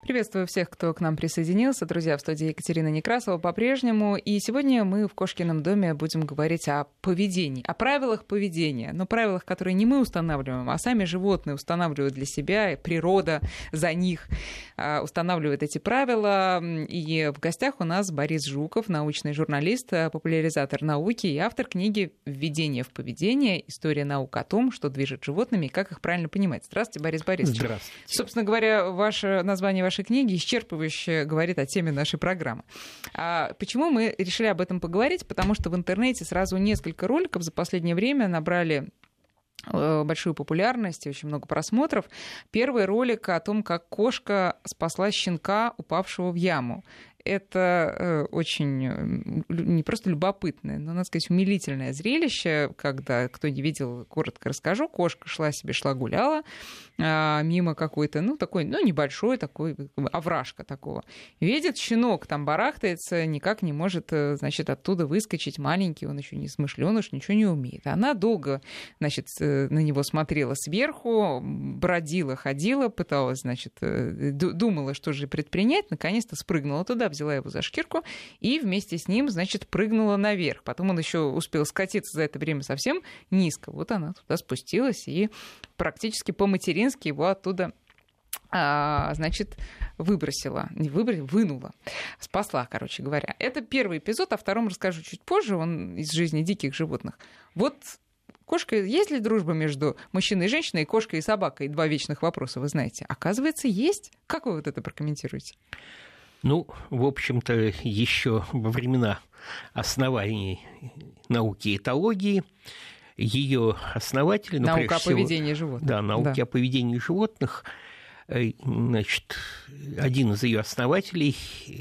Приветствую всех, кто к нам присоединился. Друзья, в студии Екатерина Некрасова по-прежнему. И сегодня мы в Кошкином доме будем говорить о поведении, о правилах поведения. Но правилах, которые не мы устанавливаем, а сами животные устанавливают для себя, и природа за них устанавливает эти правила. И в гостях у нас Борис Жуков, научный журналист, популяризатор науки и автор книги «Введение в поведение. История наук о том, что движет животными и как их правильно понимать». Здравствуйте, Борис Борисович. Здравствуйте. Собственно говоря, название вашей книги исчерпывающе говорит о теме нашей программы. А почему мы решили об этом поговорить? Потому что в интернете сразу несколько роликов за последнее время набрали большую популярность и очень много просмотров. Первый ролик о том, как кошка спасла щенка, упавшего в яму. Это очень не просто любопытное, но, надо сказать, умилительное зрелище, когда, кто не видел, коротко расскажу, кошка шла гуляла мимо какой-то, такой, небольшой такой овражка такого. Видит, щенок там барахтается, никак не может, значит, оттуда выскочить, маленький, он еще не смышленыш, ничего не умеет. Она долго, значит, на него смотрела сверху, бродила, ходила, пыталась, значит, думала, что же предпринять, наконец-то спрыгнула туда, взяла его за шкирку и вместе с ним, значит, прыгнула наверх. Потом он еще успел скатиться за это время совсем низко. Вот она туда спустилась и практически по-матерински его оттуда, значит, вынула. Спасла, короче говоря. Это первый эпизод, о втором расскажу чуть позже, он из жизни диких животных. Вот кошка, есть ли дружба между мужчиной и женщиной, кошкой и собакой? Два вечных вопроса, вы знаете. Оказывается, есть. Как вы вот это прокомментируете? В общем-то, еще во времена основания науки этологии ее основатели... Наука о поведении животных. Да, науки о поведении животных. Значит, один из ее основателей,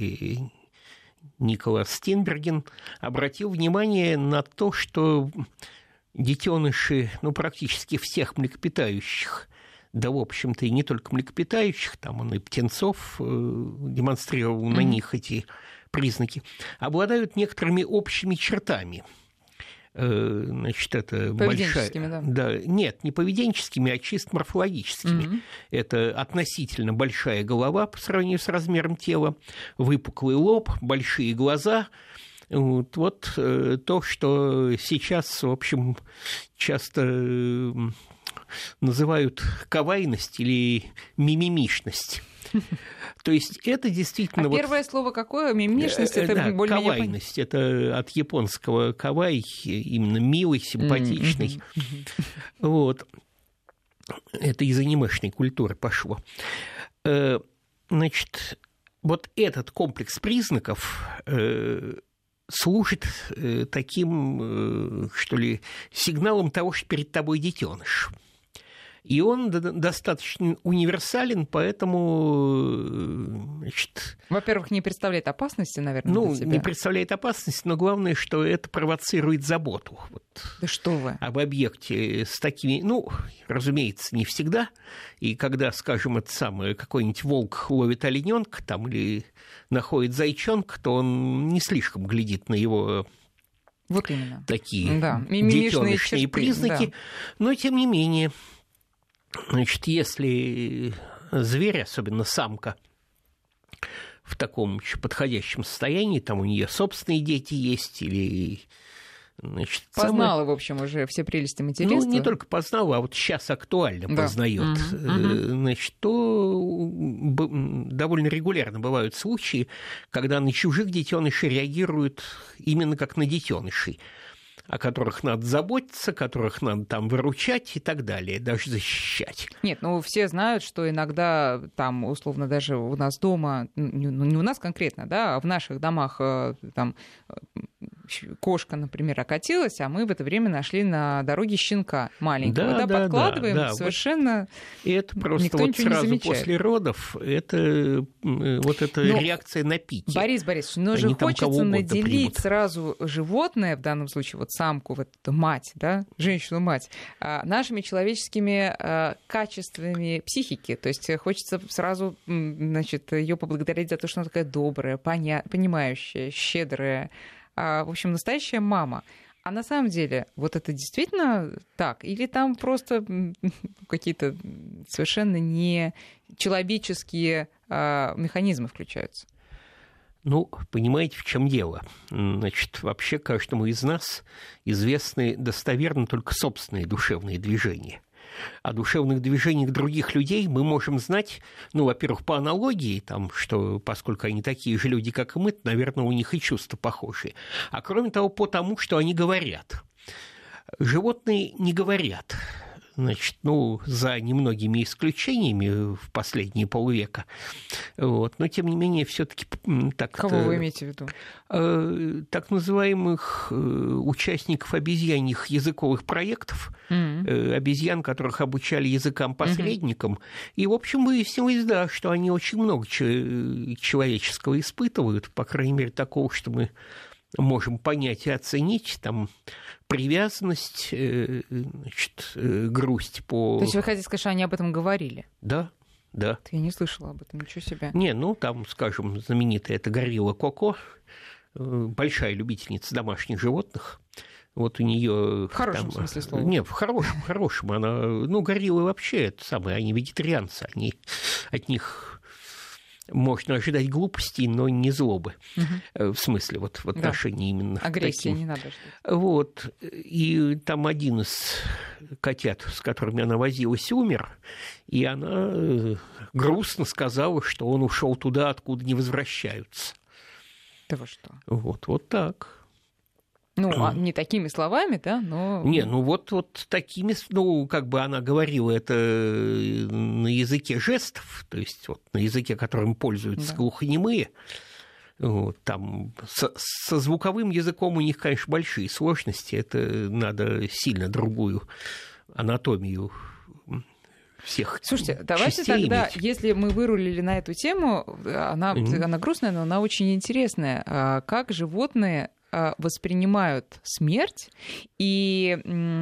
Николас Стенберген, обратил внимание на то, что детеныши, практически всех млекопитающих, да, в общем-то, и не только млекопитающих, там он и птенцов демонстрировал на них эти признаки, обладают некоторыми общими чертами. Значит, это поведенческими, большая... Да, нет, не поведенческими, а чисто морфологическими. Это относительно большая голова по сравнению с размером тела, выпуклый лоб, большие глаза. Вот то, что сейчас, в общем, часто называют кавайность или мимимишность. То есть это действительно... первое слово какое? Мимишность? Это более-менее... Кавайность. Это от японского кавай, именно милый, симпатичный. Вот. Это из анимешной культуры пошло. Значит, вот этот комплекс признаков служит таким, что ли, сигналом того, что перед тобой детеныш. И он достаточно универсален, поэтому, значит... Во-первых, не представляет опасности, наверное, для себя. Не представляет опасности, но главное, что это провоцирует заботу. Да что вы. Об объекте с такими... разумеется, не всегда. И когда, скажем, какой-нибудь волк ловит олененка там, или находит зайчонка, то он не слишком глядит на его... Вот именно. Такие детенышные признаки. Да. Но, тем не менее... Значит, если зверь, особенно самка, в таком подходящем состоянии, там у нее собственные дети есть, или... Значит, познала, в общем, уже все прелести материнства. Не только познала, а вот сейчас актуально познает. Значит, то довольно регулярно бывают случаи, когда на чужих детенышей реагируют именно как на детенышей, о которых надо заботиться, которых надо там выручать и так далее, даже защищать. Нет, все знают, что иногда там, условно, даже у нас дома, не у нас конкретно, да, а в наших домах там кошка, например, окатилась, а мы в это время нашли на дороге щенка маленького, подкладываем, совершенно и это просто никто ничего сразу не замечает. После родов это реакция на пике. Борис Борисович, но же хочется наделить сразу животное, в данном случае самку, эту мать, да, женщину-мать, нашими человеческими качествами психики. То есть хочется сразу, значит, ее поблагодарить за то, что она такая добрая, понимающая, щедрая, в общем, настоящая мама. А на самом деле, вот это действительно так? Или там просто какие-то совершенно не человеческие механизмы включаются? Ну, понимаете, в чем дело? Значит, вообще каждому из нас известны достоверно только собственные душевные движения. О душевных движениях других людей мы можем знать, ну, во-первых, по аналогии, там, что поскольку они такие же люди, как и мы, то, наверное, у них и чувства похожие. А кроме того, по тому, что они говорят. Животные не говорят. Значит, ну, за немногими исключениями в последние полвека. Вот. Но, тем не менее, все-таки так... Кого вы имеете в виду? Так называемых участников обезьяньих языковых проектов, обезьян, которых обучали языкам-посредникам. И, в общем, выяснилось, да, что они очень много человеческого испытывают, по крайней мере, такого, что мы можем понять и оценить, там, привязанность, значит, грусть по... То есть вы хотите сказать, что они об этом говорили? Да, да. Я не слышала об этом, ничего себе. Не, ну, там, скажем, знаменитая эта горилла Коко, большая любительница домашних животных. Вот у нее... В хорошем смысле слова? Нет, в хорошем. Она, ну, гориллы вообще, это самое, они вегетарианцы, они от них... Можно ожидать глупостей, но не злобы. В смысле, вот в отношении именно агрессии таким. Не надо ждать. Вот. И там один из котят, с которыми она возилась, умер, и она грустно сказала, что он ушел туда, откуда не возвращаются. Да вы что? Вот так. Ну, не такими словами, да, но... Не, ну вот такими, ну, как бы она говорила это на языке жестов, то есть вот на языке, которым пользуются глухонемые. Вот, там со звуковым языком у них, конечно, большие сложности, это надо сильно другую анатомию всех. Слушайте, давайте тогда, иметь. Если мы вырулили на эту тему, она грустная, но она очень интересная. Как животные воспринимают смерть и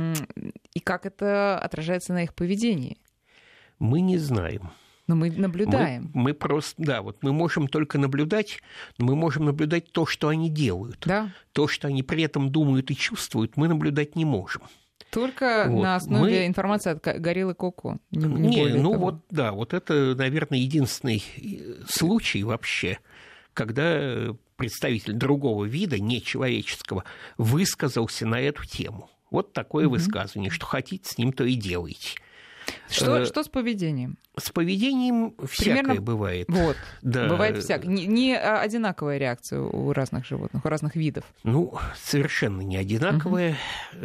как это отражается на их поведении? Мы не знаем. Но мы наблюдаем. Мы просто, да, вот мы можем только наблюдать, но мы можем наблюдать то, что они делают. Да. То, что они при этом думают и чувствуют, мы наблюдать не можем. Только вот. На основе информации от гориллы Коко. Не, ну того. Вот, да, вот это, наверное, единственный случай вообще, когда представитель другого вида, нечеловеческого, высказался на эту тему. Вот такое высказывание, что хотите, с ним то и делайте. Что с поведением? С поведением всякое бывает. Вот, да. Бывает всякое. Не одинаковая реакция у разных животных, у разных видов. Ну, совершенно не одинаковая.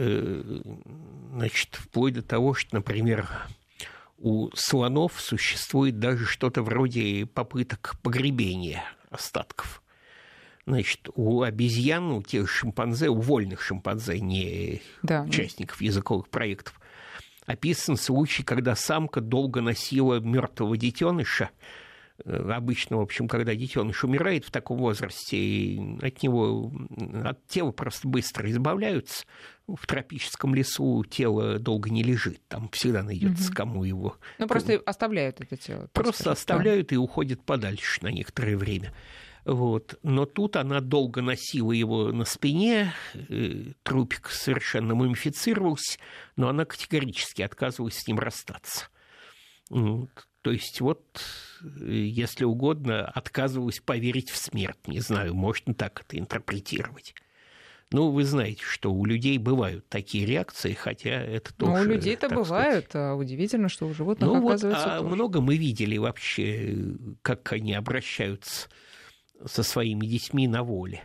Значит, вплоть до того, что, например, у слонов существует даже что-то вроде попыток погребения остатков. Значит, у обезьян, у тех шимпанзе, у вольных шимпанзе, не участников языковых проектов, описан случай, когда самка долго носила мертвого детеныша. Обычно, в общем, когда детеныш умирает в таком возрасте, от тела просто быстро избавляются. В тропическом лесу тело долго не лежит, там всегда найдется кому его. Ну, просто оставляют это тело. Просто оставляют и уходят подальше на некоторое время. Вот. Но тут она долго носила его на спине, трупик совершенно мумифицировался, но она категорически отказывалась с ним расстаться. Вот. То есть, вот, если угодно, отказывалась поверить в смерть. Не знаю, можно так это интерпретировать. Ну, вы знаете, что у людей бывают такие реакции, хотя это тоже... Ну, у людей-то бывают, а удивительно, что у животных оказывается тоже. Много мы видели вообще, как они обращаются со своими детьми на воле.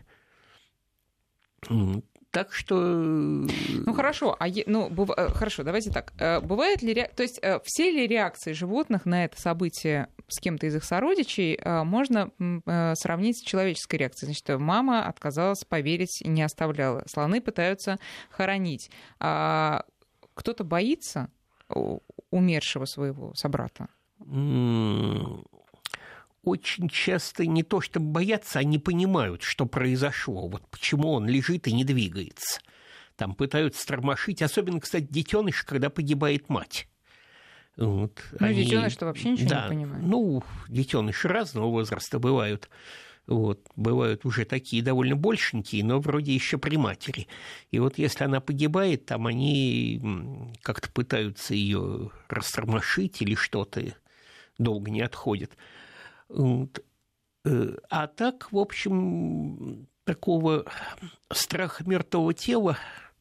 Так что... Ну, хорошо. Хорошо, давайте так. Бывает ли... То есть все ли реакции животных на это событие с кем-то из их сородичей можно сравнить с человеческой реакцией? Значит, мама отказалась поверить и не оставляла. Слоны пытаются хоронить. А кто-то боится умершего своего собрата? Очень часто не то чтобы боятся, а не понимают, что произошло, вот почему он лежит и не двигается. Там пытаются тормошить, особенно, кстати, детеныш, когда погибает мать. Вот, детеныш-то вообще ничего не понимает. Ну, детеныши разного возраста бывают. Вот, бывают уже такие довольно большенькие, но вроде еще при матери. И вот если она погибает, там они как-то пытаются ее растормошить или что-то, долго не отходят. А так, в общем, такого страха мертвого тела,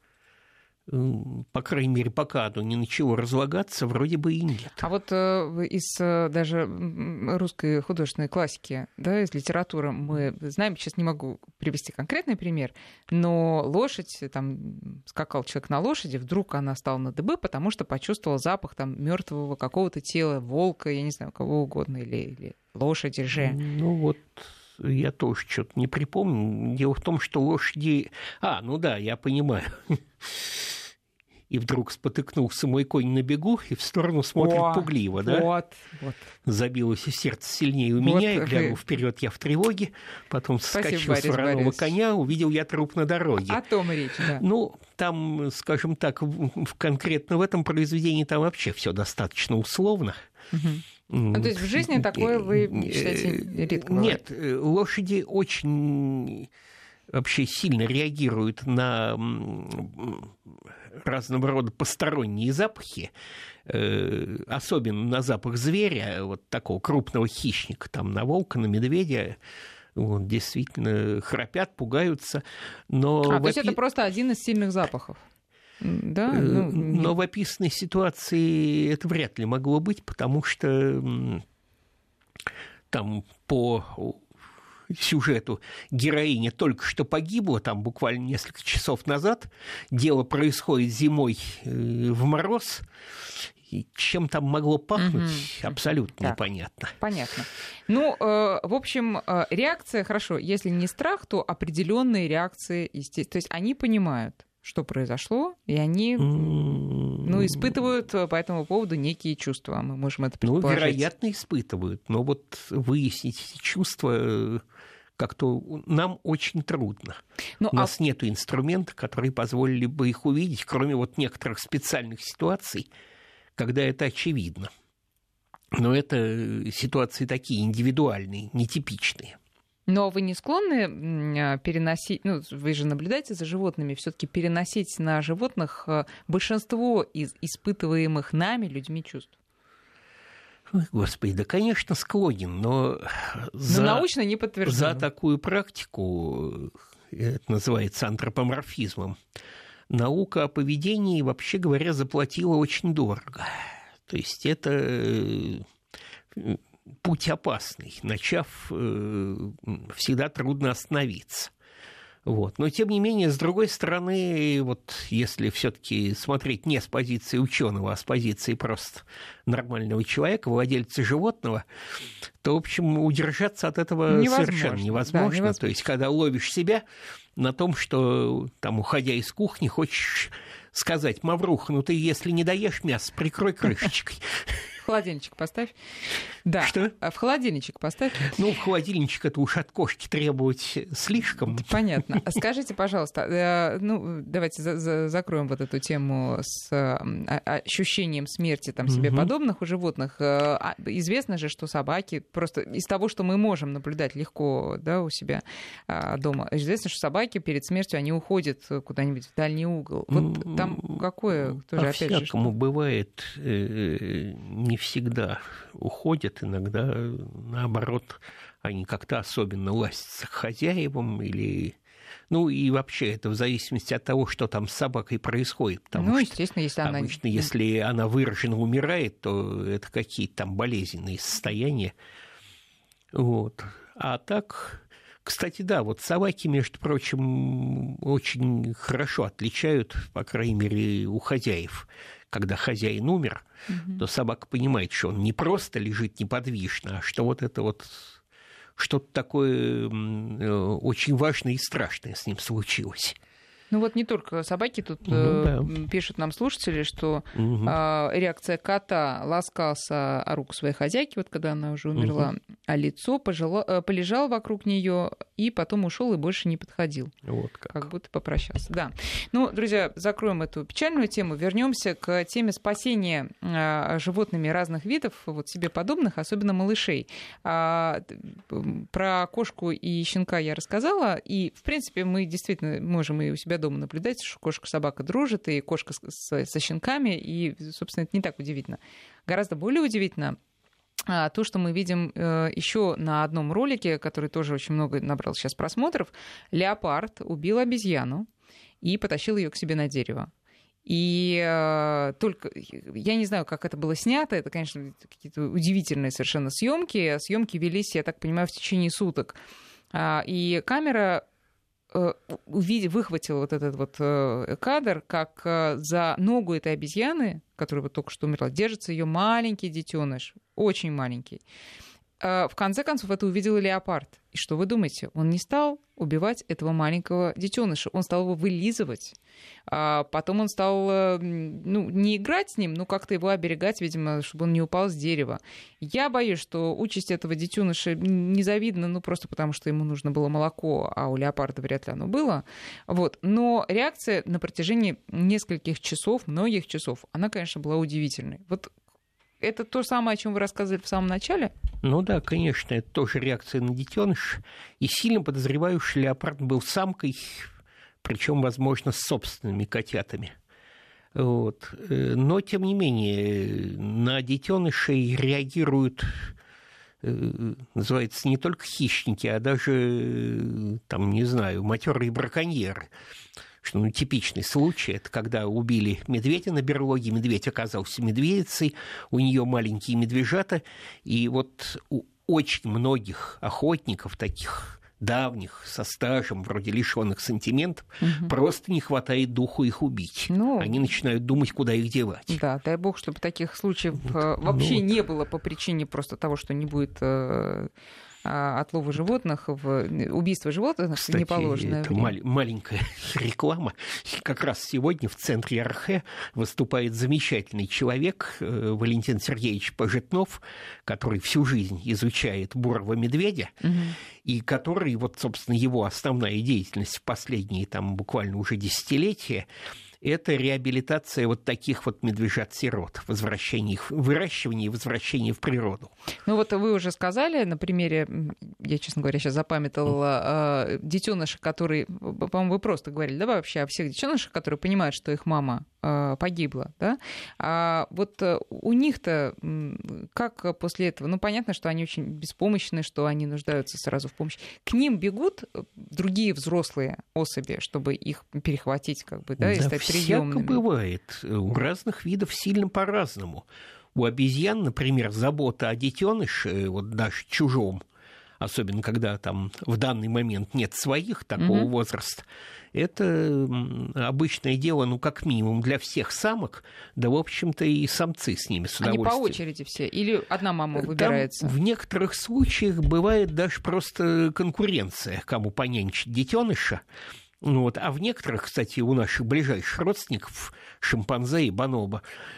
по крайней мере, пока оно не начало разлагаться, вроде бы и нет. А вот из даже русской художественной классики, да, из литературы мы знаем, сейчас не могу привести конкретный пример, но лошадь, там скакал человек на лошади, вдруг она стала на дыбы, потому что почувствовал запах там мертвого какого-то тела, волка, я не знаю, кого угодно, или лошади же. Ну вот... Я тоже что-то не припомню. Дело в том, что лошади... ну да, я понимаю. И вдруг спотыкнулся мой конь на бегу и в сторону смотрит пугливо, да? Вот. Забилось и сердце сильнее у меня, и глянул вперед я в тревоге, потом соскочил с вороного коня, увидел я труп на дороге. О том и речь, да. Ну, там, скажем так, конкретно в этом произведении там вообще все достаточно условно. То есть в жизни такое вы считаете редко бывает? Нет, лошади очень вообще сильно реагируют на разного рода посторонние запахи, особенно на запах зверя, вот такого крупного хищника, там, на волка, на медведя. Вот, действительно храпят, пугаются. Но то есть это просто один из сильных запахов? Да? Но в описанной ситуации это вряд ли могло быть, потому что там по сюжету героиня только что погибла, там буквально несколько часов назад. Дело происходит зимой в мороз. И чем там могло пахнуть, абсолютно непонятно. Понятно. Ну, в общем, реакция, хорошо, если не страх, то определенные реакции, естественно. То есть они понимают, что произошло, и они испытывают по этому поводу некие чувства. Мы можем это предположить. Вероятно, испытывают. Но вот выяснить эти чувства как-то нам очень трудно. У нас нет инструмента, которые позволили бы их увидеть, кроме вот некоторых специальных ситуаций, когда это очевидно. Но это ситуации такие индивидуальные, нетипичные. Но вы не склонны переносить, вы же наблюдаете за животными, все-таки переносить на животных большинство из испытываемых нами людьми чувств? Ой, Господи, да, конечно, склонен, но научно не подтверждено. За такую практику, это называется антропоморфизмом, наука о поведении, вообще говоря, заплатила очень дорого. То есть это путь опасный. Начав, всегда трудно остановиться. Вот. Но, тем не менее, с другой стороны, вот если все-таки смотреть не с позиции ученого, а с позиции просто нормального человека, владельца животного, то, в общем, удержаться от этого совершенно невозможно. Да, невозможно. То есть, когда ловишь себя на том, что, там, уходя из кухни, хочешь сказать: Мавруха, ты если не доешь мясо, прикрой крышечкой. В холодильничек поставь. Да. Что? В холодильничек поставь. В холодильничек это уж от кошки требовать слишком. Понятно. Скажите, пожалуйста, давайте закроем вот эту тему с ощущением смерти там, себе подобных у животных. Известно же, что собаки, просто из того, что мы можем наблюдать легко, да, у себя дома, известно, что собаки перед смертью, они уходят куда-нибудь в дальний угол. Вот там какое тоже, опять же, по-всякому бывает, не всегда уходят, иногда, наоборот, они как-то особенно ластятся к хозяевам или... и вообще это в зависимости от того, что там с собакой происходит. Потому естественно, если она... Обычно, если она выраженно умирает, то это какие-то там болезненные состояния. Вот. А так... Кстати, да, вот собаки, между прочим, очень хорошо отличают, по крайней мере, у хозяев. Когда хозяин умер, то собака понимает, что он не просто лежит неподвижно, а что вот это вот что-то такое очень важное и страшное с ним случилось. Не только собаки, тут пишут нам слушатели, что реакция кота: ласкался о руку своей хозяйки, вот когда она уже умерла, а лицо полежал вокруг нее и потом ушел и больше не подходил. Вот как будто попрощался. Да. Друзья, закроем эту печальную тему, вернемся к теме спасения животными разных видов, вот себе подобных, особенно малышей. Про кошку и щенка я рассказала, и, в принципе, мы действительно можем и у себя дома наблюдать, что кошка-собака дружит, и кошка со щенками, и, собственно, это не так удивительно. Гораздо более удивительно то, что мы видим еще на одном ролике, который тоже очень много набрал сейчас просмотров. Леопард убил обезьяну и потащил ее к себе на дерево. И только я не знаю, как это было снято. Это, конечно, какие-то удивительные совершенно съемки. Съемки велись, я так понимаю, в течение суток. И камера выхватила вот этот вот кадр, как за ногу этой обезьяны, которая вот только что умерла, держится ее маленький детеныш, очень маленький. В конце концов, это увидел леопард. И что вы думаете? Он не стал убивать этого маленького детеныша. Он стал его вылизывать. Потом он стал, не играть с ним, но как-то его оберегать, видимо, чтобы он не упал с дерева. Я боюсь, что участь этого детеныша незавидна, просто потому, что ему нужно было молоко, а у леопарда вряд ли оно было. Вот. Но реакция на протяжении нескольких часов, многих часов, она, конечно, была удивительной. Вот это то самое, о чем вы рассказывали в самом начале? Ну да, конечно, это тоже реакция на детеныш. И сильно подозреваю, что леопард был самкой, причем, возможно, с собственными котятами. Вот. Но, тем не менее, на детенышей реагируют, называется, не только хищники, а даже, матерые браконьеры. Что, типичный случай, это когда убили медведя на берлоге, медведь оказался медведицей, у нее маленькие медвежата, и вот у очень многих охотников, таких давних, со стажем, вроде лишенных сантиментов, просто не хватает духу их убить. Они начинают думать, куда их девать. Да, дай бог, чтобы таких случаев вообще не было по причине просто того, что не будет отлова животных, убийства животных. Кстати, неположенное это маленькая реклама. Как раз сегодня в центре Архе выступает замечательный человек Валентин Сергеевич Пожитнов, который всю жизнь изучает бурого медведя, и который, собственно, его основная деятельность в последние буквально уже десятилетия — это реабилитация таких медвежат-сирот, выращивание и возвращение в природу. Вы уже сказали на примере, я, честно говоря, сейчас запамятовала, детеныши, которые, по-моему, вы просто говорили, да, вообще о всех детенышах, которые понимают, что их мама погибла, да? А у них-то как после этого? Понятно, что они очень беспомощны, что они нуждаются сразу в помощи. К ним бегут другие взрослые особи, чтобы их перехватить, и стать приемными. Всяко бывает. У разных видов сильно по-разному. У обезьян, например, забота о детеныше, даже чужом, особенно когда в данный момент нет своих такого возраста, это обычное дело, как минимум для всех самок, да, в общем-то, и самцы с ними с удовольствием. Они по очереди все? Или одна мама выбирается? В некоторых случаях бывает даже просто конкуренция, кому понянчить детеныша. А в некоторых, кстати, у наших ближайших родственников, шимпанзе и бонобо,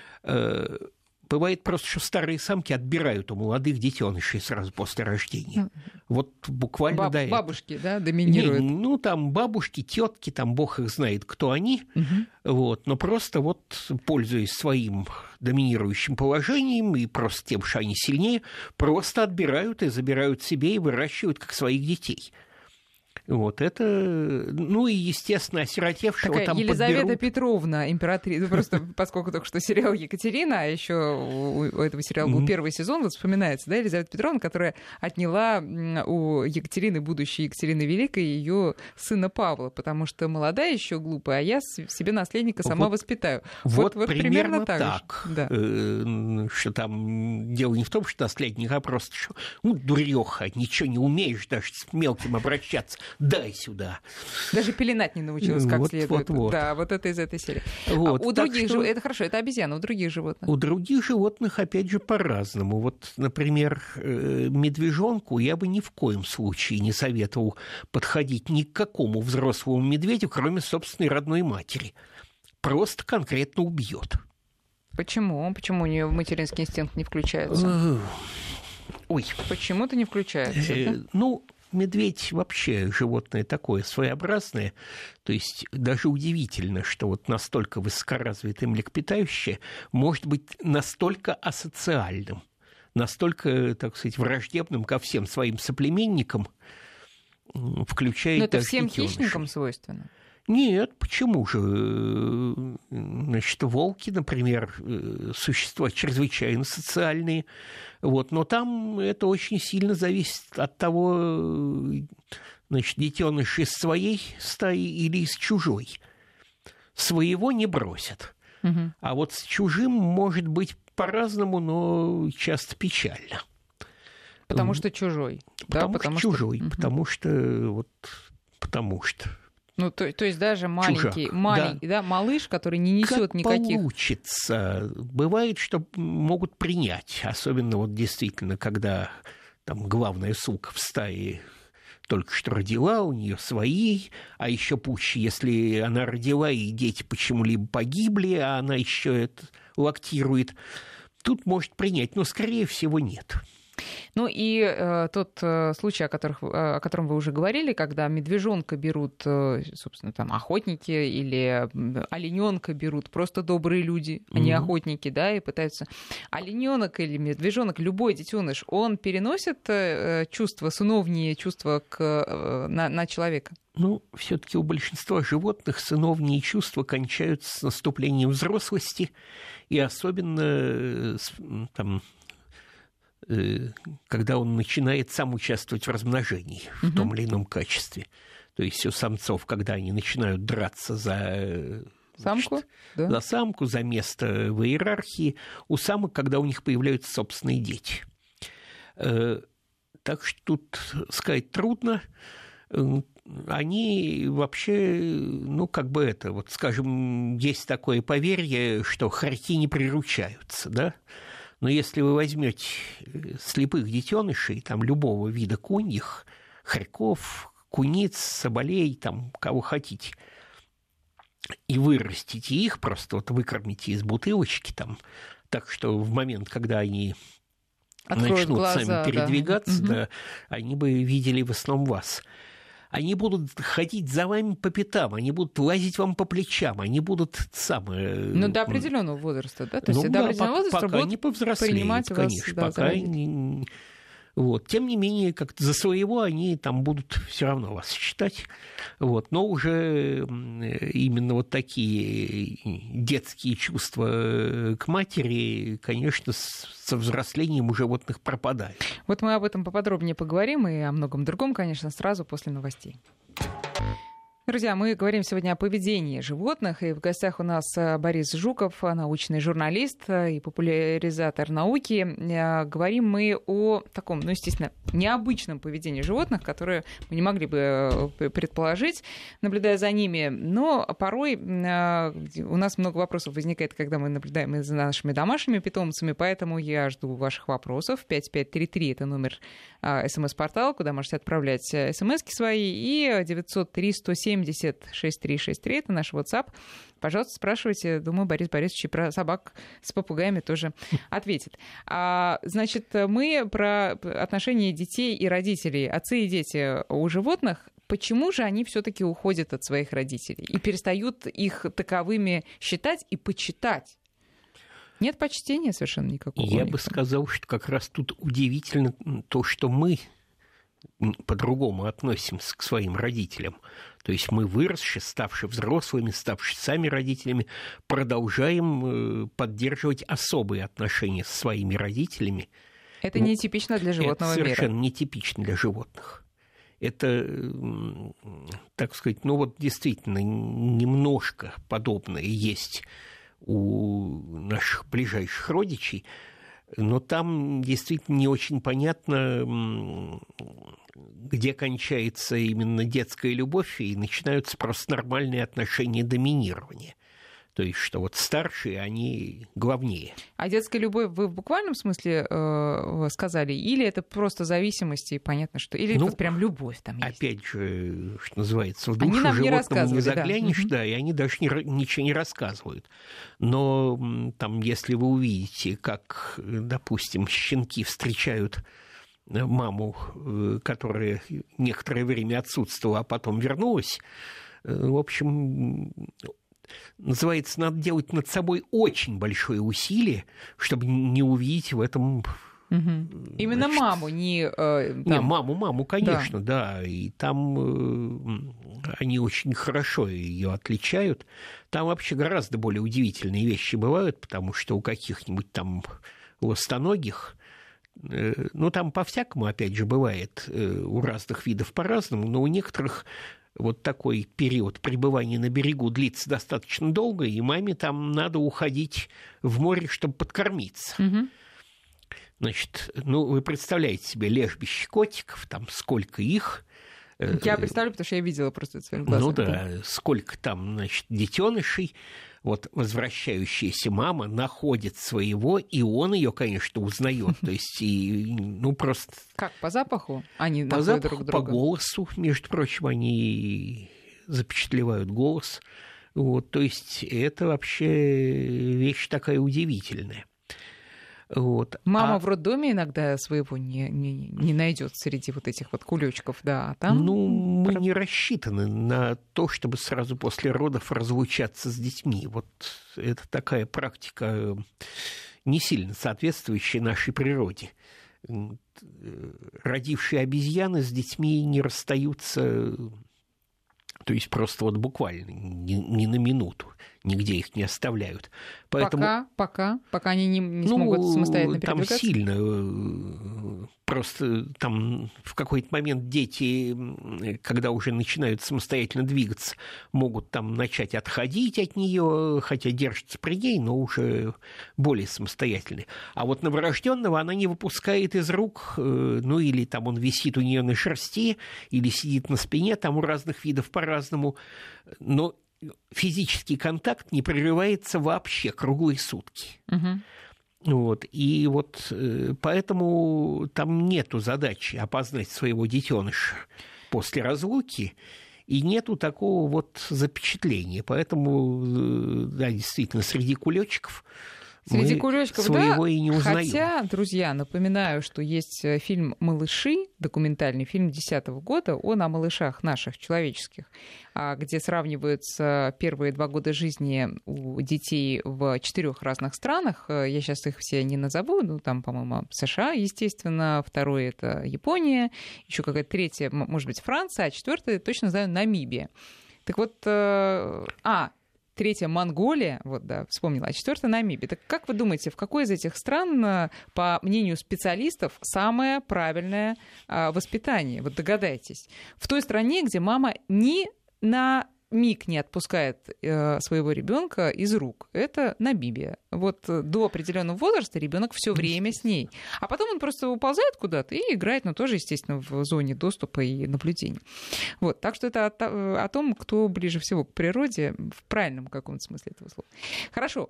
бывает просто, что старые самки отбирают у молодых детенышей сразу после рождения. Буквально до этого. Бабушки, да, доминируют? Бабушки, тетки, бог их знает, кто они. Но просто пользуясь своим доминирующим положением и просто тем, что они сильнее, просто отбирают и забирают себе и выращивают как своих детей. Это, и, естественно, осиротевшего такая Елизавета подберут. Петровна, императрица, просто поскольку только что сериал «Екатерина», а еще у этого сериала был первый сезон, вспоминается, да, Елизавета Петровна, которая отняла у Екатерины, будущей Екатерины Великой, ее сына Павла, потому что молодая еще глупая, а я себе наследника сама воспитаю. Примерно так. Да. Что дело не в том, что наследник, а просто, что дуреха, ничего не умеешь даже с мелким обращаться. Дай сюда. Даже пеленать не научилась как следует. Да, это из этой серии. У других животных, это хорошо, это обезьяны, у других животных? У других животных, опять же, по-разному. Например, медвежонку я бы ни в коем случае не советовал подходить ни к какому взрослому медведю, кроме собственной родной матери. Просто конкретно убьет. Почему? Почему у нее материнский инстинкт не включается? Почему-то не включается. Медведь вообще животное такое своеобразное, то есть даже удивительно, что настолько высокоразвитое млекопитающее может быть настолько асоциальным, настолько, так сказать, враждебным ко всем своим соплеменникам, включая это даже всем детенышей. хищникам свойственно? Нет, почему же? Значит, волки, например, существа чрезвычайно социальные, вот, но там это очень сильно зависит от того, значит, детеныш из своей стаи или из чужой. Своего не бросят, а вот с чужим может быть по-разному, но часто печально. Потому что чужой. Потому что чужой, потому что. Ну, то есть даже маленький, да, малыш, который не несет никаких... Как получится. Бывает, что могут принять. Особенно вот действительно, когда там главная сука в стае только что родила, у нее свои, а еще пуще, если она родила, и дети почему-либо погибли, а она еще это лактирует. Тут может принять, но, скорее всего, нет. Ну и тот случай, о котором вы уже говорили, когда медвежонка берут, собственно, там охотники или олененка берут просто добрые люди, а не охотники, да, и пытаются... Олененок или медвежонок, любой детеныш, он переносит чувства, сыновние чувства на человека? Ну, все-таки у большинства животных сыновние чувства кончаются с наступлением взрослости, и особенно там, когда он начинает сам участвовать в размножении в том или ином качестве. То есть у самцов, когда они начинают драться за самку, да? За самку, за место в иерархии, у самок, когда у них появляются собственные дети. Так что тут сказать трудно. Они вообще, ну, как бы это, вот, скажем, есть такое поверье, что хорьки не приручаются, да? Но если вы возьмете слепых детенышей, там, любого вида куньих, хорьков, куниц, соболей, там, кого хотите, и вырастите их, просто вот выкормите из бутылочки, там, так что в момент, когда они начнут глаза, сами передвигаться, да, они бы видели в основном вас. Они будут ходить за вами по пятам, они будут лазить вам по плечам, они будут самые... Ну, до определенного возраста, да? То есть до определенного возраста пока не повзрослеют, конечно, вас, пока не... Вот. Тем не менее, как-то за своего они там будут все равно вас считать. Вот. Но уже именно вот такие детские чувства к матери, конечно, со взрослением у животных пропадают. Вот мы об этом поподробнее поговорим и о многом другом, конечно, сразу после новостей. Друзья, мы говорим сегодня о поведении животных, и в гостях у нас Борис Жуков, научный журналист и популяризатор науки. Говорим мы о таком, ну, естественно, необычном поведении животных, которое мы не могли бы предположить, наблюдая за ними. Но порой у нас много вопросов возникает, когда мы наблюдаем за нашими домашними питомцами, поэтому я жду ваших вопросов. 5533 — это номер СМС-портала, куда можете отправлять СМСки свои, и 903-170-6363 — это наш WhatsApp. Пожалуйста, спрашивайте. Думаю, Борис Борисович про собак с попугаями тоже ответит. Значит, мы про отношения детей и родителей, отцы и дети у животных. Почему же они все-таки уходят от своих родителей и перестают их таковыми считать и почитать? Нет почтения совершенно никакого. Я бы сказал, что как раз тут удивительно то, что мы по-другому относимся к своим родителям. То есть мы, выросшие, ставшие взрослыми, ставшие сами родителями, продолжаем поддерживать особые отношения со своими родителями. Это нетипично для животного мира. Это совершенно нетипично для животных. Это, так сказать, ну вот действительно немножко подобное есть у наших ближайших родичей, но там действительно не очень понятно, где кончается именно детская любовь и начинаются просто нормальные отношения доминирования. То есть, что вот старшие, они главнее. А детская любовь вы в буквальном смысле сказали? Или это просто зависимость, и понятно, что... Или вот прям любовь там есть? Опять же, что называется, в душу животному не заглянешь, да, и они даже ничего не рассказывают. Но там, если вы увидите, как, допустим, щенки встречают маму, которая некоторое время отсутствовала, а потом вернулась, в общем... Называется, надо делать над собой очень большое усилие, чтобы не увидеть в этом Именно маму, не маму, конечно, да. И там они очень хорошо ее отличают. Там вообще гораздо более удивительные вещи бывают, потому что у каких-нибудь там ластоногих, там по-всякому, опять же, бывает, у разных видов по-разному, но у некоторых вот такой период пребывания на берегу длится достаточно долго, и маме там надо уходить в море, чтобы подкормиться. Значит, вы представляете себе лежбище котиков, там сколько их. Я представляю, потому что я видела просто это своим глазом. Сколько там, значит, детенышей. Вот возвращающаяся мама находит своего, и он ее, конечно, узнает. То есть, просто... Как, по запаху они находят запаху, друг друга? По голосу, между прочим, они запечатлевают голос. То есть, это вообще вещь такая удивительная. Мама в роддоме иногда своего не найдет среди вот этих вот кулечков, да. А там... мы не рассчитаны на то, чтобы сразу после родов разлучаться с детьми. Вот это такая практика, не сильно соответствующая нашей природе. Родившие обезьяны с детьми не расстаются, то есть просто буквально ни на минуту. Нигде их не оставляют. Поэтому, пока они не смогут самостоятельно передвигаться? Там сильно. Просто там в какой-то момент дети, когда уже начинают самостоятельно двигаться, могут там начать отходить от нее, хотя держатся при ней, но уже более самостоятельны. А вот новорожденного она не выпускает из рук, или там он висит у нее на шерсти, или сидит на спине, там у разных видов по-разному. Но физический контакт не прерывается вообще круглые сутки. И поэтому там нету задачи опознать своего детеныша после разлуки, и нету такого запечатления. Поэтому, да, действительно, среди кулечков своего да, и не узнаем. Хотя, друзья, напоминаю, что есть фильм «Малыши», документальный фильм 2010 года, он о малышах наших, человеческих, где сравниваются первые 2 года жизни у детей в 4 разных странах. Я сейчас их все не назову, там, по-моему, США, естественно, 2 это Япония, еще какая-то 3, может быть, Франция, а 4, точно знаю, Намибия. Так вот, 3 Монголия, вспомнила, а 4 Намибия. Так как вы думаете, в какой из этих стран, по мнению специалистов, самое правильное воспитание? Догадайтесь. В той стране, где мама ни на миг не отпускает своего ребенка из рук. Это Намибия. До определенного возраста ребенок все время с ней. А потом он просто уползает куда-то и играет, тоже, естественно, в зоне доступа и наблюдения. Так что это о том, кто ближе всего к природе в правильном каком-то смысле этого слова. Хорошо.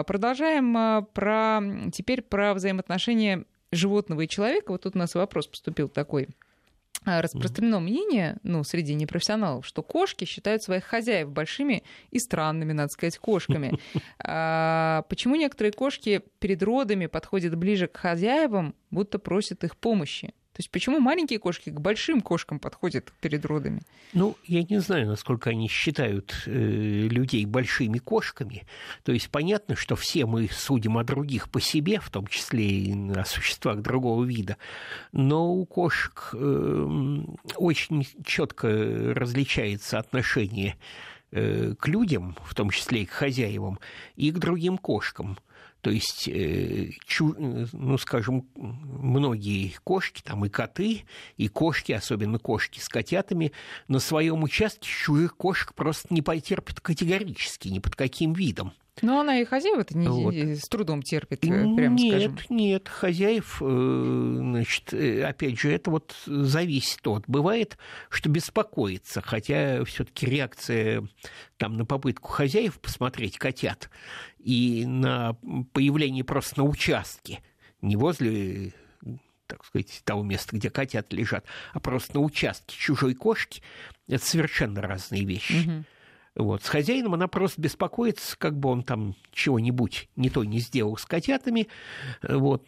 Продолжаем теперь про взаимоотношения животного и человека. Тут у нас вопрос поступил такой. Распространено мнение, среди непрофессионалов, что кошки считают своих хозяев большими и странными, надо сказать, кошками. Почему некоторые кошки перед родами подходят ближе к хозяевам, будто просят их помощи? То есть почему маленькие кошки к большим кошкам подходят перед родами? Я не знаю, насколько они считают людей большими кошками. То есть понятно, что все мы судим о других по себе, в том числе и о существах другого вида. Но у кошек очень четко различается отношение к людям, в том числе и к хозяевам, и к другим кошкам. То есть, скажем, многие кошки, и коты, и кошки, особенно кошки с котятами, на своем участке чужих кошек просто не потерпят категорически, ни под каким видом. Но она и хозяев-то с трудом терпит, прямо скажем. Нет, хозяев, опять же, это зависит от. Бывает, что беспокоится, хотя все-таки реакция на попытку хозяев посмотреть котят и на появление просто на участке, не возле, так сказать, того места, где котята лежат, а просто на участке чужой кошки, это совершенно разные вещи. С хозяином она просто беспокоится, как бы он там чего-нибудь не то не сделал с котятами,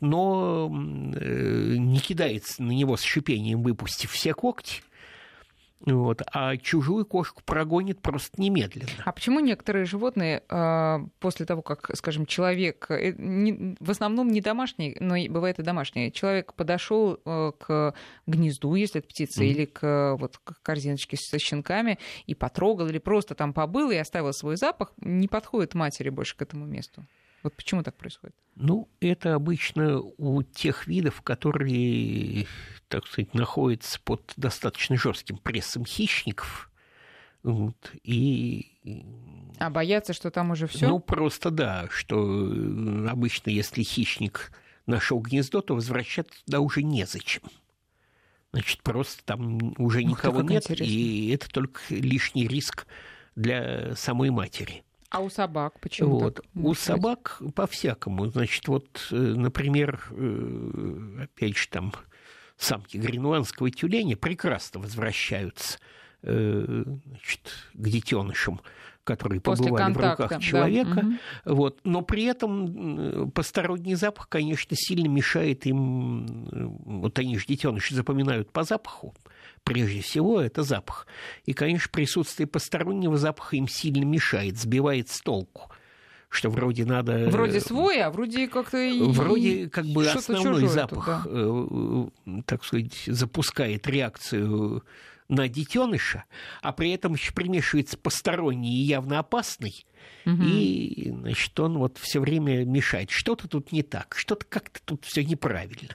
но не кидается на него с шипением, выпустив все когти. Вот, а чужую кошку прогонит просто немедленно. А почему некоторые животные после того, как, скажем, человек, в основном не домашний, но бывает и домашний, человек подошел к гнезду, если это птица, или к корзиночке со щенками, и потрогал, или просто там побыл и оставил свой запах, не подходит матери больше к этому месту? Вот почему так происходит? Ну, это обычно у тех видов, которые, так сказать, находятся под достаточно жестким прессом хищников. Вот, А боятся, что там уже все? Ну, просто да, что обычно, если хищник нашел гнездо, то возвращаться туда уже незачем. Значит, просто там уже никого нет, интересно. И это только лишний риск для самой матери. А у собак почему так? У собак по-всякому. Значит, вот, например, опять же, там самки гренландского тюленя прекрасно возвращаются, значит, к детенышам, которые побывали в руках человека. Да. Вот. Но при этом посторонний запах, конечно, сильно мешает им. Вот они же, детеныши, запоминают по запаху. Прежде всего, это запах. И, конечно, присутствие постороннего запаха им сильно мешает, сбивает с толку. Что вроде надо... Вроде свой, а вроде как-то... Вроде как бы основной запах, так сказать, запускает реакцию на детеныша, а при этом еще примешивается посторонний и явно опасный, и, значит, он вот все время мешает. Что-то тут не так, что-то как-то тут все неправильно.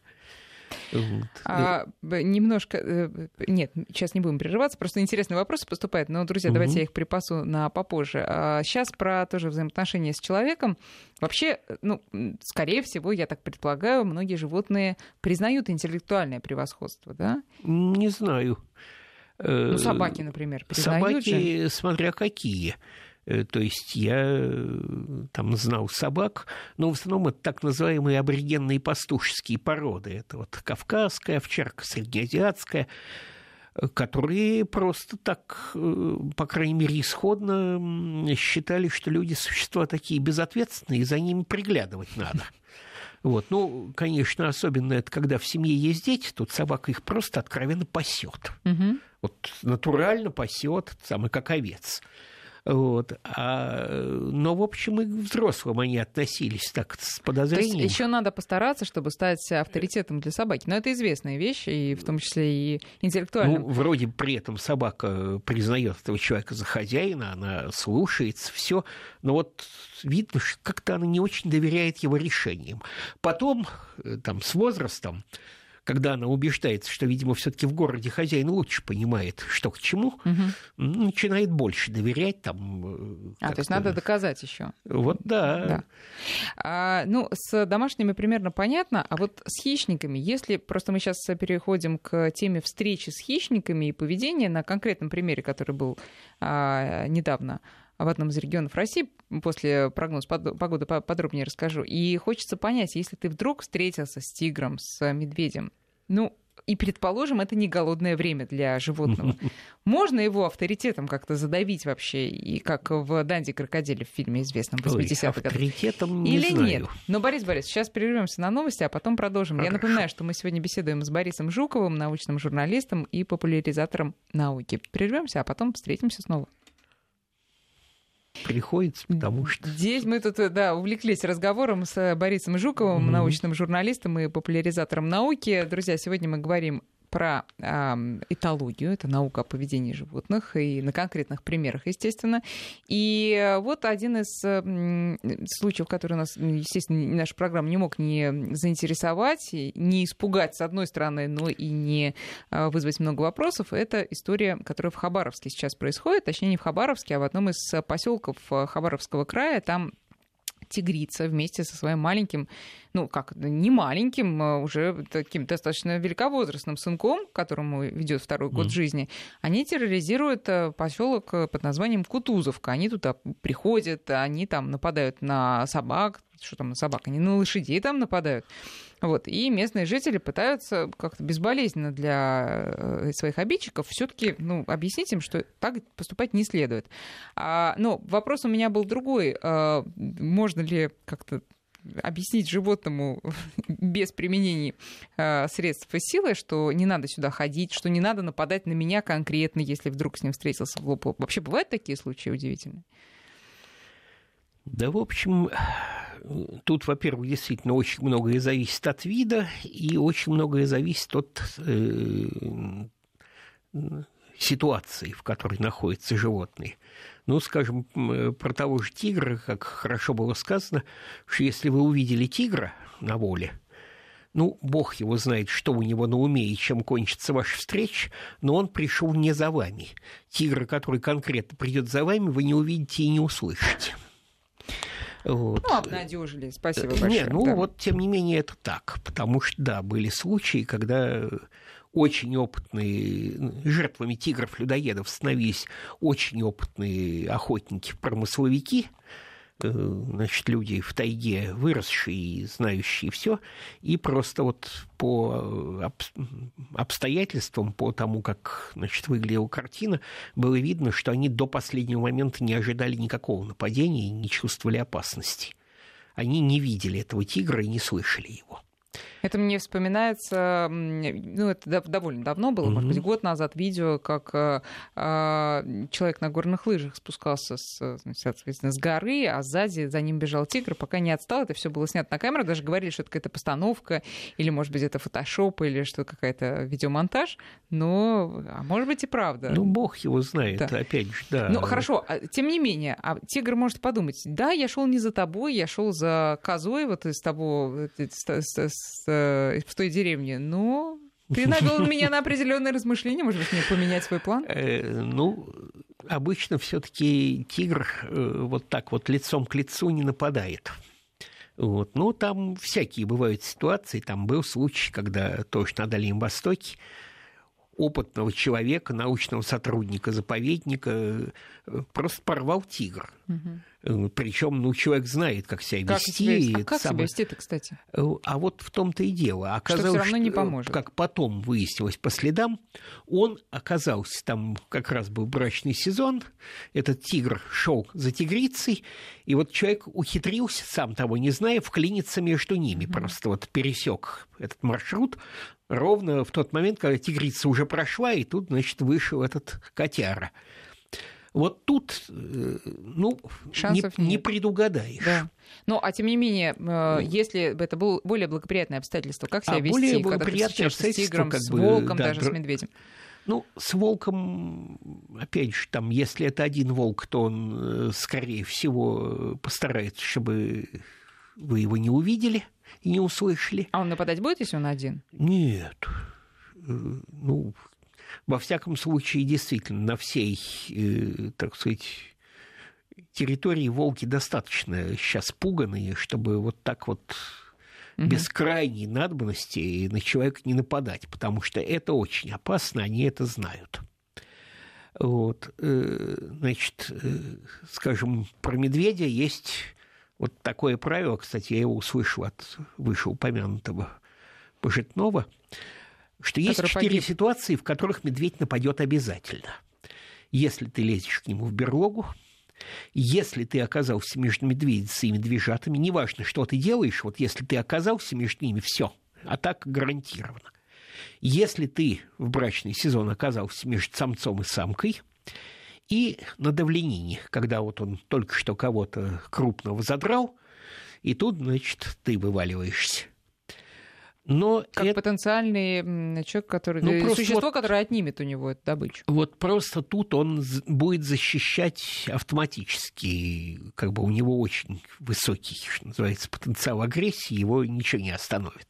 Немножко... Нет, сейчас не будем прерываться, просто интересные вопросы поступают, но, друзья, давайте я их припасу на попозже. Сейчас про тоже взаимоотношения с человеком. Вообще, скорее всего, я так предполагаю, многие животные признают интеллектуальное превосходство, да? Не знаю. Собаки, например, признают собаки, же? Смотря какие. То есть я там знал собак, но в основном это так называемые аборигенные пастушеские породы. Это вот кавказская овчарка, среднеазиатская, которые просто так, по крайней мере, исходно считали, что люди существа такие безответственные, и за ними приглядывать надо. Вот. Ну, конечно, особенно это когда в семье есть дети, тут собака их просто откровенно пасет. Вот натурально пасет, самый как овец. Вот. Но, в общем, и к взрослым они относились так с подозрением. То есть еще надо постараться, чтобы стать авторитетом для собаки. Но это известная вещь, и в том числе и интеллектуальным. Вроде при этом собака признает этого человека за хозяина, она слушается, все. Но вот видно, что как-то она не очень доверяет его решениям. Потом, там, с возрастом, когда она убеждается, что, видимо, все-таки в городе хозяин лучше понимает, что к чему, начинает больше доверять. Там, то есть надо доказать еще. Вот да. С домашними примерно понятно, а вот с хищниками, если просто мы сейчас переходим к теме встречи с хищниками и поведения на конкретном примере, который был недавно в одном из регионов России, после прогноза погоды подробнее расскажу. И хочется понять, если ты вдруг встретился с тигром, с медведем, и, предположим, это не голодное время для животного, можно его авторитетом как-то задавить вообще, и как в «Данди крокодиле» в фильме известном 80-х годах? Авторитетом не Или знаю. нет? Но, Борис Борисович, сейчас прервемся на новости, а потом продолжим. Хорошо. Я напоминаю, что мы сегодня беседуем с Борисом Жуковым, научным журналистом и популяризатором науки. Прервемся, а потом встретимся снова. Приходится, потому что... Здесь мы тут, увлеклись разговором с Борисом Жуковым, научным журналистом и популяризатором науки. Друзья, сегодня мы говорим про этологию, это наука о поведении животных, и на конкретных примерах, естественно. И вот один из случаев, который нас, естественно, наша программа не мог не заинтересовать, не испугать, с одной стороны, но и не вызвать много вопросов, это история, которая в Хабаровске сейчас происходит, точнее, не в Хабаровске, а в одном из поселков Хабаровского края. Там тигрица вместе со своим маленьким, не маленьким, уже таким достаточно великовозрастным сынком, которому ведет второй год жизни, они терроризируют поселок под названием Кутузовка. Они туда приходят, они там нападают на собак, что там на собак, они на лошадей там нападают. Вот. И местные жители пытаются как-то безболезненно для своих обидчиков все-таки объяснить им, что так поступать не следует. Но вопрос у меня был другой. Можно ли как-то объяснить животному без применения средств и силы, что не надо сюда ходить, что не надо нападать на меня конкретно, если вдруг с ним встретился в лоб. Вообще бывают такие случаи удивительные? Да, в общем, тут, во-первых, действительно очень многое зависит от вида, и очень многое зависит от ситуации, в которой находятся животные. Ну, скажем, про того же тигра, как хорошо было сказано, что если вы увидели тигра на воле, ну, бог его знает, что у него на уме и чем кончится ваша встреча, но он пришел не за вами. Тигра, который конкретно придет за вами, вы не увидите и не услышите. Вот. Ну, обнадежили, спасибо большое. Вот, тем не менее, это так, потому что, да, были случаи, когда очень опытные, жертвами тигров-людоедов становились очень опытные охотники-промысловики, значит, люди в тайге, выросшие и знающие все, и просто вот по обстоятельствам, по тому, как, значит, выглядела картина, было видно, что они до последнего момента не ожидали никакого нападения и не чувствовали опасности. Они не видели этого тигра и не слышали его. Это мне вспоминается, ну, это довольно давно было, может быть, год назад, видео, как человек на горных лыжах спускался, соответственно, с горы, а сзади за ним бежал тигр, пока не отстал. Это все было снято на камеру, даже говорили, что это какая-то постановка, или, может быть, это фотошоп, или что какая-то видеомонтаж, но, а может быть, и правда. Ну, бог его знает, да. Опять же, да. Ну, хорошо, тем не менее, тигр может подумать, да, я шел не за тобой, я шел за козой, вот из того, в той деревне, но ты навел меня на определенные размышления, может быть, мне поменять свой план? Ну, обычно все-таки тигр вот так вот лицом к лицу не нападает. Вот. Ну, там всякие бывают ситуации. Там был случай, когда тоже на Дальнем Востоке опытного человека, научного сотрудника заповедника просто порвал тигр. Причем, ну, человек знает, как себя вести. Как себя вести-то, кстати? А вот в том-то и дело. Оказалось, что все равно не поможет. Как потом выяснилось по следам, он оказался, там как раз был брачный сезон, этот тигр шел за тигрицей, и вот человек ухитрился, сам того не зная, вклиниться между ними. Просто вот пересек этот маршрут ровно в тот момент, когда тигрица уже прошла, и тут, значит, вышел этот котяра. Вот тут, ну, не предугадаешь. Да. Ну, а тем не менее, если бы это было более благоприятное обстоятельство, как себя вести, когда ты встречаешься с тигром, с волком, даже с медведем? Ну, с волком, опять же, там, если это один волк, то он, скорее всего, постарается, чтобы вы его не увидели и не услышали. А он нападать будет, если он один? Нет. Ну, во всяком случае, действительно, на всей, так сказать, территории волки достаточно сейчас пуганые, чтобы вот так вот без крайней надобности на человека не нападать, потому что это очень опасно, они это знают. Вот, значит, скажем, про медведя есть вот такое правило, кстати, я его услышал от вышеупомянутого Пожитного, что есть 4 ситуации, в которых медведь нападет обязательно. Если ты лезешь к нему в берлогу, если ты оказался между медведицей и медвежатами, неважно, что ты делаешь, вот если ты оказался между ними, все, атака гарантирована. Если ты в брачный сезон оказался между самцом и самкой, и на давленине, когда вот он только что кого-то крупного задрал, и тут, значит, ты вываливаешься. Но как потенциальный человек, который, существо, вот, которое отнимет у него эту добычу. Вот просто тут он будет защищать автоматически. Как бы у него очень высокий, что называется, потенциал агрессии, его ничего не остановит.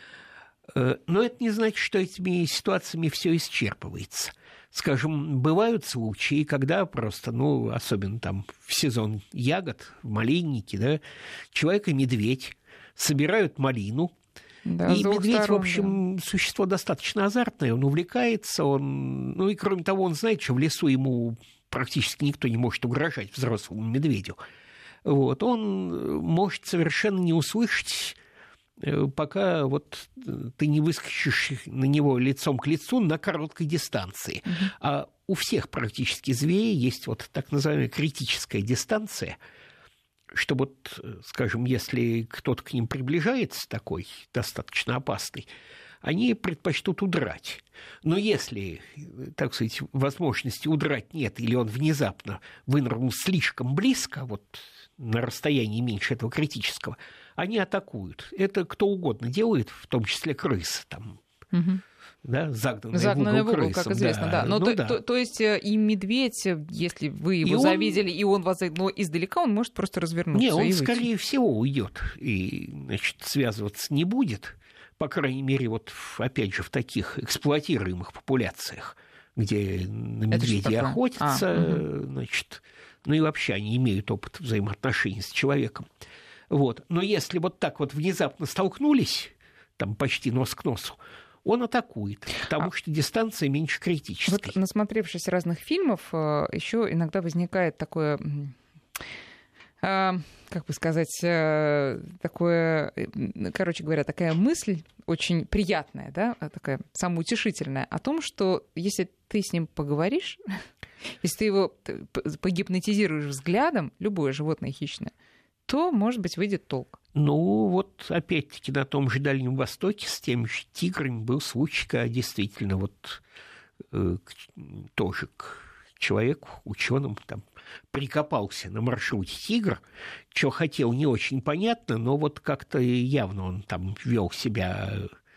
Но это не значит, что этими ситуациями все исчерпывается. Скажем, бывают случаи, когда просто, ну, особенно там в сезон ягод, в малиннике, да, человек и медведь собирают малину. Да, и медведь, в общем, существо достаточно азартное, он увлекается, ну и кроме того, он знает, что в лесу ему практически никто не может угрожать, взрослому медведю. Вот, он может совершенно не услышать, пока вот ты не выскочишь на него лицом к лицу на короткой дистанции. А у всех практически зверей есть вот так называемая критическая дистанция, что вот, скажем, если кто-то к ним приближается такой, достаточно опасный, они предпочтут удрать. Но если, так сказать, возможности удрать нет, или он внезапно вынырнул слишком близко, вот на расстоянии меньше этого критического, они атакуют. Это кто угодно делает, в том числе крысы, там, да, загнанный в угол, как известно, да. Но то есть и медведь, если вы его завидели, и он вас, но издалека, он может просто развернуться. Не, он, скорее всего, уйдет и, значит, связываться не будет. По крайней мере, вот опять же в таких эксплуатируемых популяциях, где на медведей охотятся, значит, ну и вообще они имеют опыт взаимоотношений с человеком. Вот. Но если вот так вот внезапно столкнулись, там почти нос к носу, он атакует, потому что дистанция меньше критической. Вот, насмотревшись разных фильмов, еще иногда возникает такое, как бы сказать, такое, короче говоря, такая мысль очень приятная, да, такая самоутешительная, о том, что если ты с ним поговоришь, если ты его погипнотизируешь взглядом, любое животное хищное, то, может быть, выйдет толк. Ну, вот опять-таки на том же Дальнем Востоке с теми же тиграми был случай, когда действительно вот тоже к человеку, ученым, там, прикопался на маршруте тигр, что хотел, не очень понятно, но вот как-то явно он там вел себя,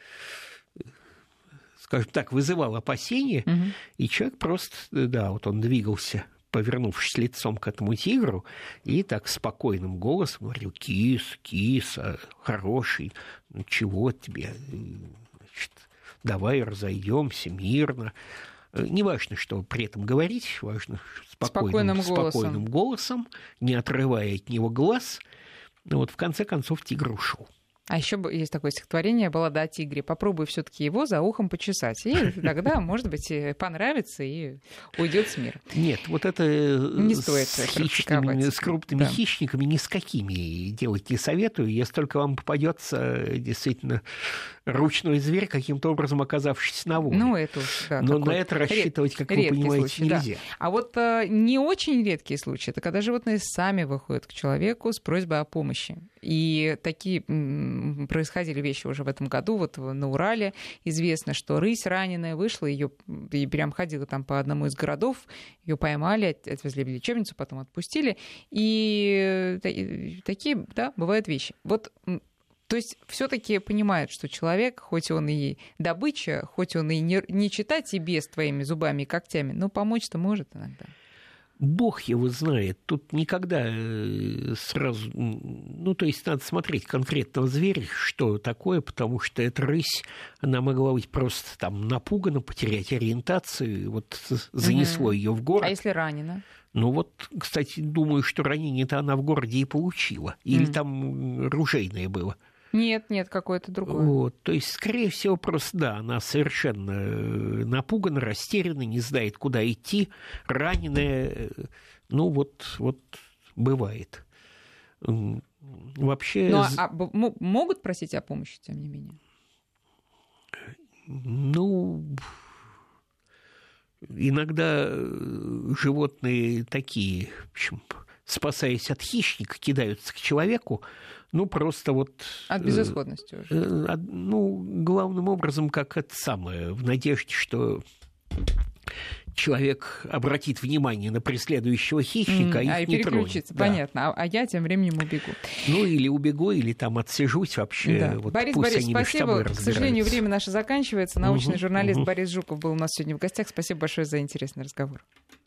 скажем так, вызывал опасения, и человек просто, да, вот он двигался, повернувшись лицом к этому тигру, и так спокойным голосом говорил: киса, хороший, ну чего тебе, значит, давай разойдемся мирно. Не важно, что при этом говорить, важно спокойным голосом, не отрывая от него глаз. Вот в конце концов тигр ушел. А еще есть такое стихотворение «Баллада о тигре». Попробуй все-таки его за ухом почесать. И тогда, может быть, понравится и уйдет с мира. Нет, вот это не стоит с крупными хищниками ни с какими делать не советую. Если только вам попадется действительно ручной зверь, каким-то образом оказавшийся на воле. Ну, это уж, да, но на это рассчитывать, как вы понимаете, случай, нельзя. Да. А вот не очень редкие случаи, это когда животные сами выходят к человеку с просьбой о помощи. И такие происходили вещи уже в этом году. Вот на Урале известно, что рысь раненая вышла, ее прям ходила там по одному из городов, ее поймали, отвезли в лечебницу, потом отпустили. И такие, да, бывают вещи. Вот. То есть все-таки понимают, что человек, хоть он и добыча, хоть он и не чита тебе с твоими зубами и когтями, но помочь-то может иногда. Бог его знает. Тут никогда сразу... Ну, то есть надо смотреть конкретного зверя, что такое, потому что эта рысь, она могла быть просто там напугана, потерять ориентацию, вот занесло ее в город. А если ранена? Ну вот, кстати, думаю, что ранение-то она в городе и получила. Или там ружейное было. Нет, какое-то другое. Вот, то есть, скорее всего, просто, да, она совершенно напугана, растеряна, не знает, куда идти, раненая. Ну, вот бывает. Вообще... Ну, могут просить о помощи, тем не менее? Ну... Иногда животные такие, в общем, спасаясь от хищника, кидаются к человеку, ну, просто вот... От безысходности уже. Ну, главным образом, как это самое, в надежде, что человек обратит внимание на преследующего хищника, а их не тронет. Понятно. А я тем временем убегу. Ну, или убегу, или там отсижусь вообще. Да. Вот Борис, спасибо. К сожалению, время наше заканчивается. Научный журналист Борис Жуков был у нас сегодня в гостях. Спасибо большое за интересный разговор.